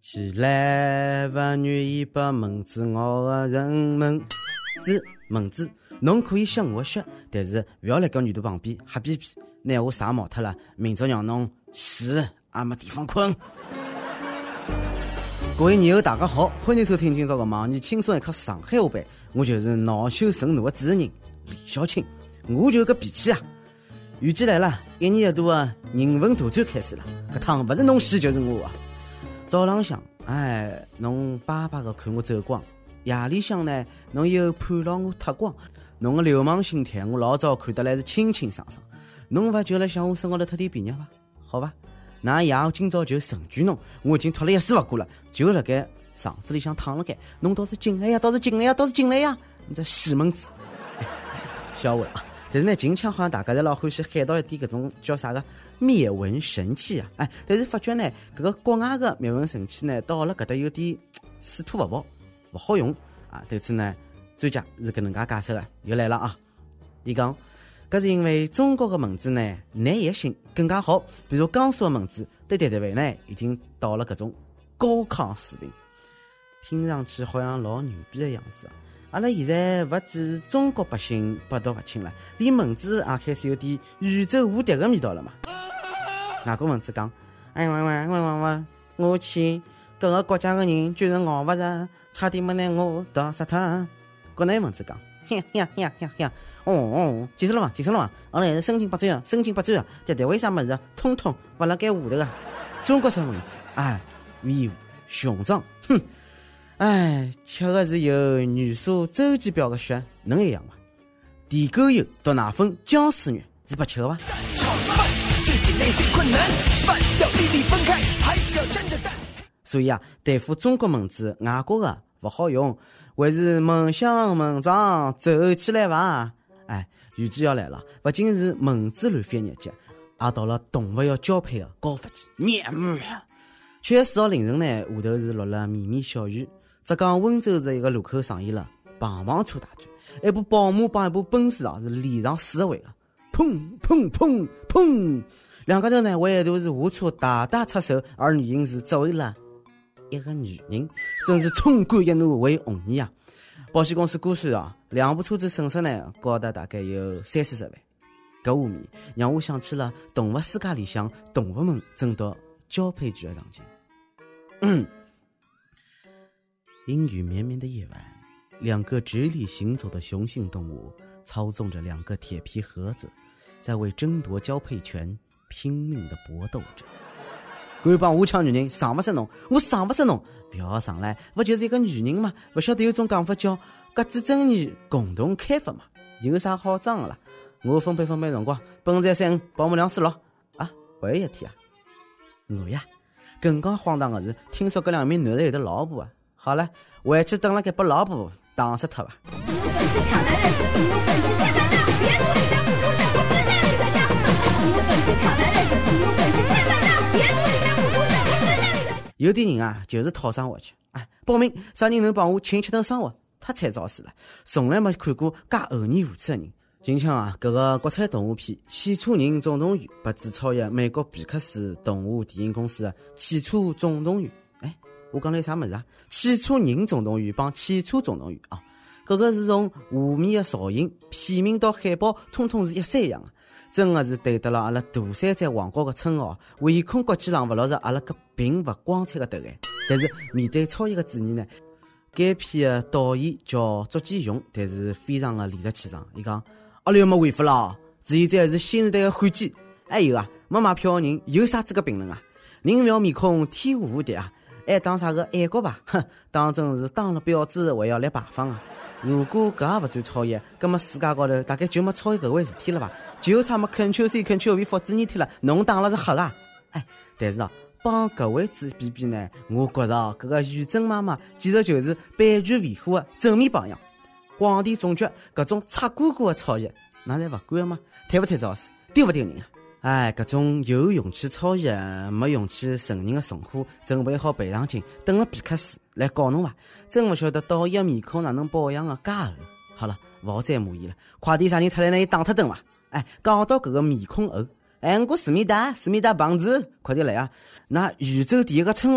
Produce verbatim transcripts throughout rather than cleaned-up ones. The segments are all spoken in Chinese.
起来不愿意把蒙子我的人们子蒙子，侬可以吸我血，但是不要来搿女的旁边瞎逼逼，拿我啥毛脱了，明朝让侬死也没地方困。各位友大家好，欢迎收听今朝的网易轻松一刻上海话版，我就是恼羞成怒的主持人李小青，我就个脾气啊！雨季来了，一年一度的人文大战开始了，搿趟勿是侬死就是我啊！早浪向，哎，侬巴巴的看我走光；夜里向呢，侬又盼牢我脱光。侬个流氓心态，我老早看得来是清清爽爽。侬勿就来想我身高头脱点便宜伐？好伐？那爷我今朝就成全侬，我已经脱了一丝勿过了，就辣盖床子里向躺了盖。侬倒是进来呀，倒是进来呀，倒是进来呀！你这死门子！小伟啊！但是呢，近腔好像大家侪老欢喜喊到一点搿种叫啥个灭蚊神器啊！哎，但是发觉呢，搿个国外个灭蚊神器呢，到了搿搭有点水土勿服，勿好用啊。对此呢，专家是搿能介解释的，又来了啊！伊讲，搿是因为中国个蚊子呢耐药性更加好，比如江苏个蚊子对敌敌畏呢已经到了搿种高抗水平，听上去好像老牛逼的样子啊！阿拉现在勿只是中国百姓百毒勿侵了，连蚊子也开始有点宇宙无敌的味道了嘛。外国蚊子讲，哎喂喂喂喂喂，我去，各个国家的人居然咬勿着，差点没拿我打死他。国内蚊子讲，呀呀呀呀呀，哦哦，结束了嘛，结束了嘛，阿拉还是身经百战啊，身经百战啊，这这为啥么子通通勿辣盖下头啊？中国式蚊子，哎，威武雄壮，哼。哎，吃的是有女素周期表的血，能一样吗？地沟油、毒奶粉、姜丝肉是不吃的吧？所以啊，对付中国蚊子，外国的不好用，还是梦想蚊帐走起来吧。哎，雨季要来了，不仅是蚊子乱飞日节，也到了动物要交配的高发期。嗯，七月四号凌晨呢，下头是落了绵绵小雨。浙江温州市一个路口上演了棒棒车大战，一部宝马帮一部奔驰啊是连上四回的，砰砰砰砰，两个头呢唯独是下车大打出手，而女人是只为了一个女人，真是冲冠一怒为红颜啊！保险公司估算啊，两部车子损失呢高达大概有三四十万。搿画面让我想起了动物世界里向动物们争夺交配权的场景。嗯。阴雨绵绵的夜晚，两个直立行走的雄性动物操纵着两个铁皮盒子，在为争夺交配权拼命地搏斗着。敢帮我抢女人，上不是侬，我上不是侬，不要上来，不就是一个女人吗？不晓得有种讲法叫各自争议共同开发嘛，有啥好争的啦？我分配分配辰光，本在三五，保姆两四六啊，还有一天啊，我呀，更加荒唐的是，听说搿两名男的有的老婆啊。好了，回去等了该把老婆打死他吧。有的人啊，就是讨生活去，哎，报名啥人能帮我请吃顿生活，太惨遭死了，从来没看过介厚颜无耻的人。近腔啊，搿个国产动画片《汽车人总动员》被制超越美国皮克斯动画电影公司的《汽车总动员》。我讲了啥么子啊？汽车人总动员帮汽车总动员啊，搿个是从画面的造型、片名到海报，通通是一三样的，真的是对得了阿拉大山在王国的称号，唯恐国际上勿落实阿拉搿并勿光彩的答案。但是面对超越的主义呢，该片的导演叫竹建勇，但是非常的理直气壮，伊讲阿拉又没回复啦，现在是新时代的汉奸。还有啊，没买票的人有啥资格评论啊？人苗面孔天无无敌啊！爱当啥个爱国吧？哼，当真是当了婊子还要来拜访啊！如果搿也勿算超越，葛末世界高头大概就没超越搿回事体了吧？就差没 Ctrl C Ctrl V 复制粘贴了，侬当了是黑啊！哎，但是啊，帮搿位置比比呢，我觉着啊，搿个于正妈妈简直就是版权维护的正面榜样。广电总局搿种擦锅锅的超越，哪来勿管嘛？太勿太早死，丢勿丢人啊？哎，搿种有勇气超越没勇气承认的怂货，准备好赔偿金，等了皮克斯来告侬伐？真勿晓得导演的面孔哪能保养的介厚。好了，勿好再骂伊了，快点啥人出来拿伊打脱灯伐？哎，讲到搿个面孔厚，哎，我思密达思密达棒子，快点来啊！那宇宙第一个称号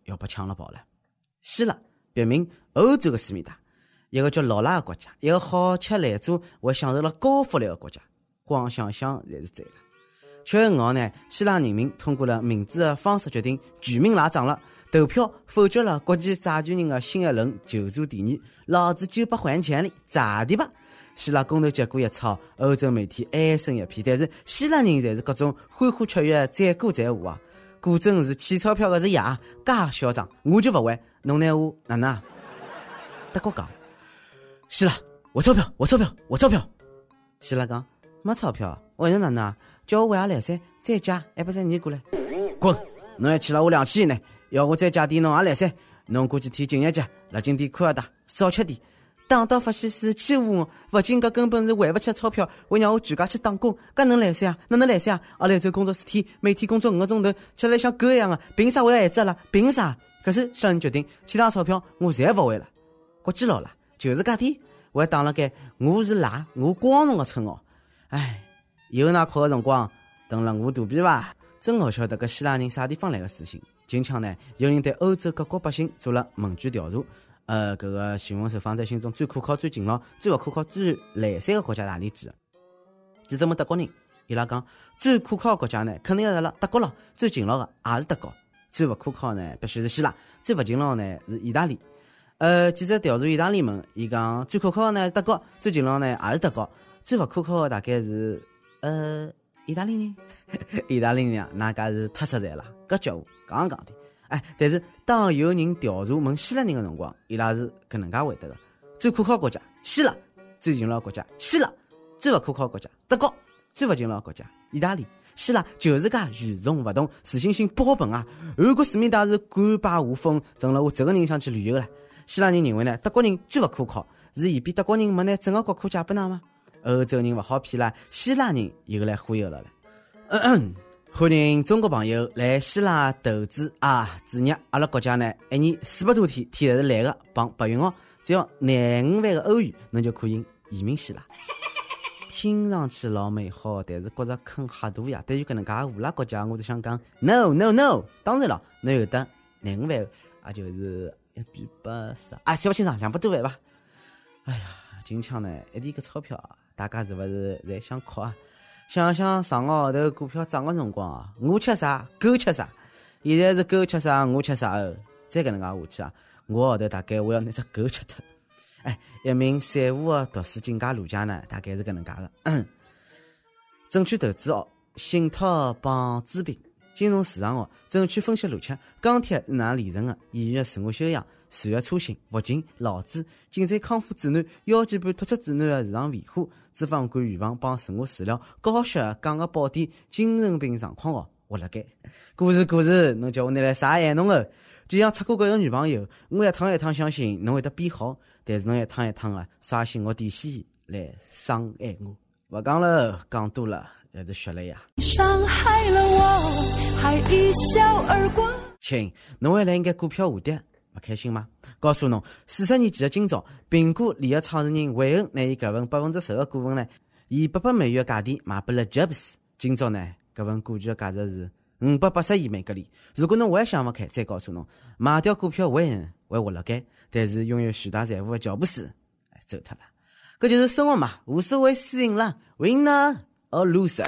要被抢了跑了。希腊别名欧洲的思密达，一个叫劳拉的国家，一个好吃懒做还享受了高福利的国家，光想想侪是醉了。七月五号呢，希腊人民通过了民主的方式决定全民拉账了，投票否决了国际债权人的新一轮救助提议，老子就不还钱了，咋的吧？希腊公投结果一出，欧洲媒体哀声一片，但是希腊人侪是各种欢呼雀跃，载歌载舞啊！果真是欠钞票的是爷，介嚣张，我就不还，侬拿我哪能啊？德国讲，希腊，我钞票，我钞票，我钞票。希腊讲，没钞票，为侬哪能啊？叫我还来噻，再加还不再你过来，滚！侬还欠了我两千呢，要我再加点侬也来噻。侬过几天情人节，辣景点看下打，少吃点。打到法西斯欺负我，不仅搿根本是还不起钞票，还让我全家去打工，搿能来噻啊？哪能来噻啊？阿拉一周工作四天，每天工作五个钟头，吃了像狗一样的，凭啥我要孩子了？凭啥？可是希腊人决定，其他钞票我侪不还了。国际佬啦，就是搿点，我还打了该我是赖我光荣的称号。唉，以后㑚考的辰光，等了我肚皮伐？真好晓得搿希腊人啥地方来的自信。近腔呢，有人对欧洲各国百姓做了问卷调查。呃，搿个询问受访者心中最可靠、最勤劳、最勿可靠、最懒散的国家哪里几？记者问德国人，伊拉讲最可靠的国家呢，肯定是辣德国了；最勤劳的也是德国；最勿可靠呢，必须是希腊；最勿勤劳呢是意大利。呃，记者调查意大利问，伊讲最可靠的呢是德国，最勤劳呢也是德国，最勿可靠的大概是呃意大利人。意大利人啊，那家是太实在了，搿句话讲讲的。哎，但是当有人调查问希腊人的辰光，伊拉是搿能介回答的：最可靠国家希腊，最勤劳国家希腊，最勿可靠国家德国，最勿勤劳国家意大利。希腊就是介与众不同，自信心爆棚啊！韩国思密达是甘拜无风，成了我这个人想去旅游了。希腊人认为呢，德国人最勿可靠，是嫌比德国人没拿整个国库借拨㑚吗？欧洲人勿好骗啦，希腊人又来忽悠了嘞。嗯嗯欢迎中国朋友来希腊投资啊！主日阿拉国家呢，一年四百多天，天侪是蓝个，帮白云哦。只要廿五万个欧元，侬就可以移民希腊。听上去老美好，但是觉着坑瞎大呀！对于搿能介无赖国家，我就想讲 no no no。当然了，侬有得廿五万，也就是一比八十啊，算不清爽，两百多万吧。哎呀，近腔呢，一点个钞票，大家是不是侪想哭啊？想想上个号头股票涨个辰光啊，我吃啥狗吃啥，现在是狗吃啥我吃啥哦。再搿能介下去啊，我号头大概我要拿只狗吃脱。哎，一名散户的读书境界路径呢，大概是搿能介个。嗯，证券投资学、信托帮资本、金融市场学、证券分析逻辑、钢铁是哪能炼成的、演员的自我修养、船的车型、福金、劳资、经济康复指南、腰间盘突出指南的市场维护、脂肪肝预防帮自我治疗、高血压讲个宝典、精神病状况学，活辣盖。故事故事，侬叫我拿来啥爱侬哦？就像出过搿个女朋友，我一趟一趟相信侬会得变好，但是侬一趟一趟啊刷新我底线来伤害我。勿讲了，讲多了还是血泪呀。伤害了我，还一笑而过。亲，侬还来应该股票下跌，勿开心吗？告诉侬，四十年前的今朝，苹果联合创始人韦恩拿伊搿份百分之十的股份呢，以八百美元的价钿卖拨了 Jobs。今朝呢，搿份股权的价值是五百八十亿美格里。如果侬还想勿开，再告诉侬，卖掉股票韦恩还活辣盖，但是拥有巨大财富的乔布斯，哎，走脱了。搿就是生活嘛，无所谓输赢啦 ，winner or loser。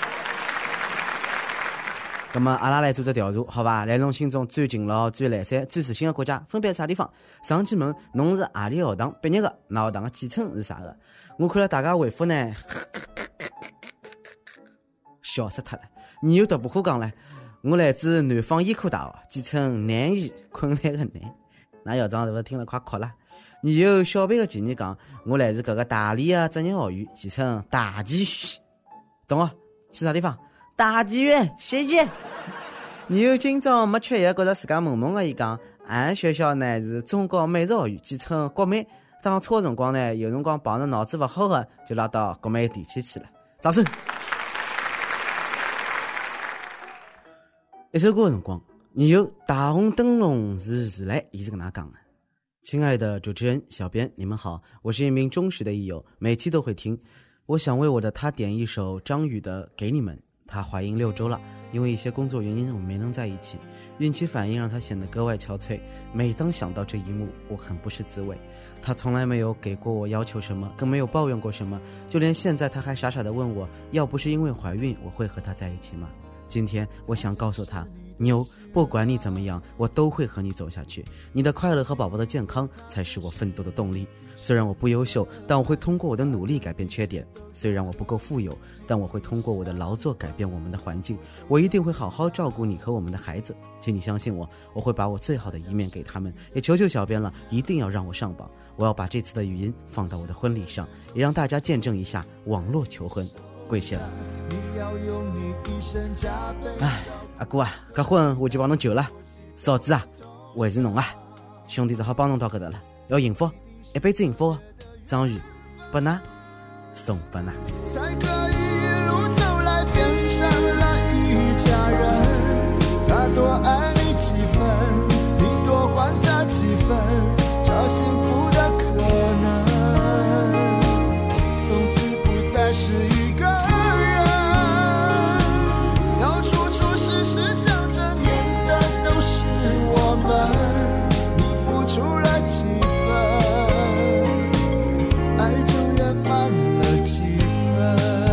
咁么阿拉来做只调查，好吧？来侬心中最勤劳、最懒散、最自信的国家分别是啥地方？上去问侬是何里学堂毕业的，㑚学堂的简称是啥个？我看了大家回复呢，笑死脱了。你有读不可讲唻，我来自南方医科大学，简称南医，困难个难。那校长是不是听了快哭了？你有小辈的建议讲，我来自搿个大理的职业学院，简称大技学，懂哦？去啥地方？大妓院，谢谢。你有今朝没吃药，觉着自家萌萌的，伊讲，俺学校呢是中国美术学院，简称国美。当初的辰光呢，有辰光碰着脑子勿好的，就拉到国美提起去了。掌声。一首歌的辰光，你有大红灯笼是自来，伊是搿能讲的。亲爱的主持人、小编，你们好，我是一名忠实的益友，每期都会听。我想为我的他点一首张宇的《给你们》， 她怀孕六周了，因为一些工作原因我们没能在一起，孕期反应让她显得格外憔悴。每当想到这一幕，我很不是滋味。她从来没有给过我要求什么，更没有抱怨过什么，就连现在她还傻傻地问我，要不是因为怀孕，我会和她在一起吗？今天我想告诉她，妞，不管你怎么样，我都会和你走下去。你的快乐和宝宝的健康才是我奋斗的动力。虽然我不优秀，但我会通过我的努力改变缺点。虽然我不够富有，但我会通过我的劳作改变我们的环境。我一定会好好照顾你和我们的孩子，请你相信我，我会把我最好的一面给他们。也求求小编了，一定要让我上榜。我要把这次的语音放到我的婚礼上，也让大家见证一下网络求婚。跪谢了。哎，阿哥啊，搿婚我就帮侬求了。嫂子啊，还是侬啊，兄弟只好帮侬到搿搭了。要幸福，一辈子幸福。张宇，拨㑚送拨㑚。才可以一路走来变成了一家人。他多爱你几分，你多还他几分，找幸福的可能。从此不再是一个人，要处处事事想着念的都是我们。你付出了几分，爱就圆满了几分。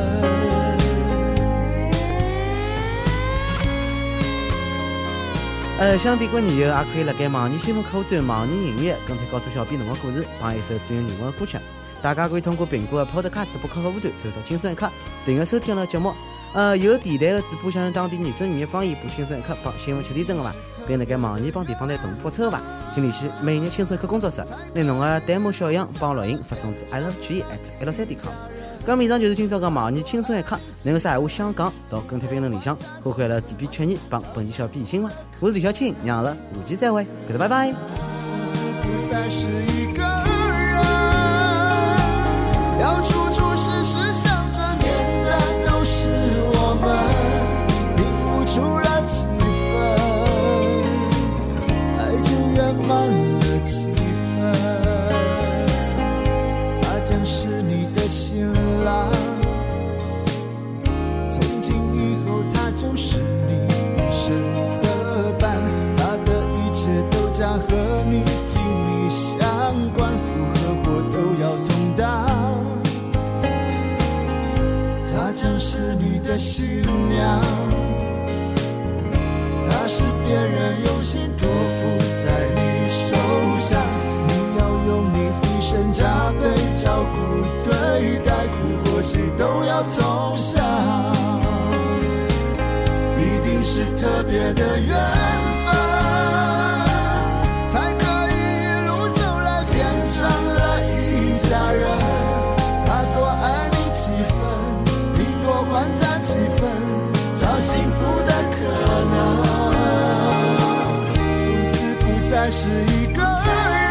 呃，想点歌你也可以辣盖网易新闻客户端、网易音乐跟帖告诉小编侬个故事，帮一首最有缘分的歌曲。大家可以通过苹果的 Podcast 播客客户端搜索轻松一刻，订阅收听了节目。呃，有电台的主播想用当地原汁原味方言播轻松一刻帮新闻七点钟的伐，并辣盖网易帮地方台同步播出伐，请联系每日轻松一刻工作室，拿侬个 demo 小样帮录音发送至 i love 曲艺 at 一六三点 com。咁以上就是今朝个网易轻松一刻，侬有啥闲话想讲到跟帖评论里向，欢迎了主编曲艺帮本期小编新闻。我是李小青，让阿拉下期再会，各位拜拜。从此不再是一个人，要处处事事想着念的都是我们。你付出了几分，爱就圆满了几分。他将是你的新郎，从今以后他就是你一生的伴。他的一切都将和你紧密相关，福和祸都要同当。她将是你的新娘，她是别人用心托付在你手上。你要用你一生加倍照顾对待，苦或喜都要同享，一定是特别的缘分，才可以一路走来变成了一家人。他多爱你几分，你多还他几分，找幸福的可能。从此不再是一个人，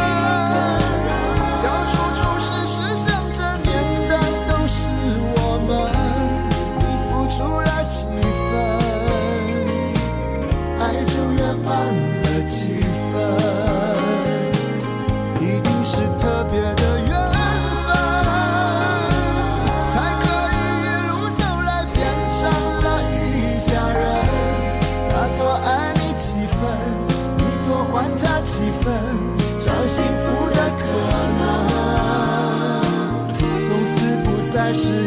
要处处事事想着念的都是我们。你付出了几分，爱就圆满了几分，一定是特别的缘分，才可以一路走来变成了一家人。他多爱你几分，你多还他几分，找幸福的可能。从此不再是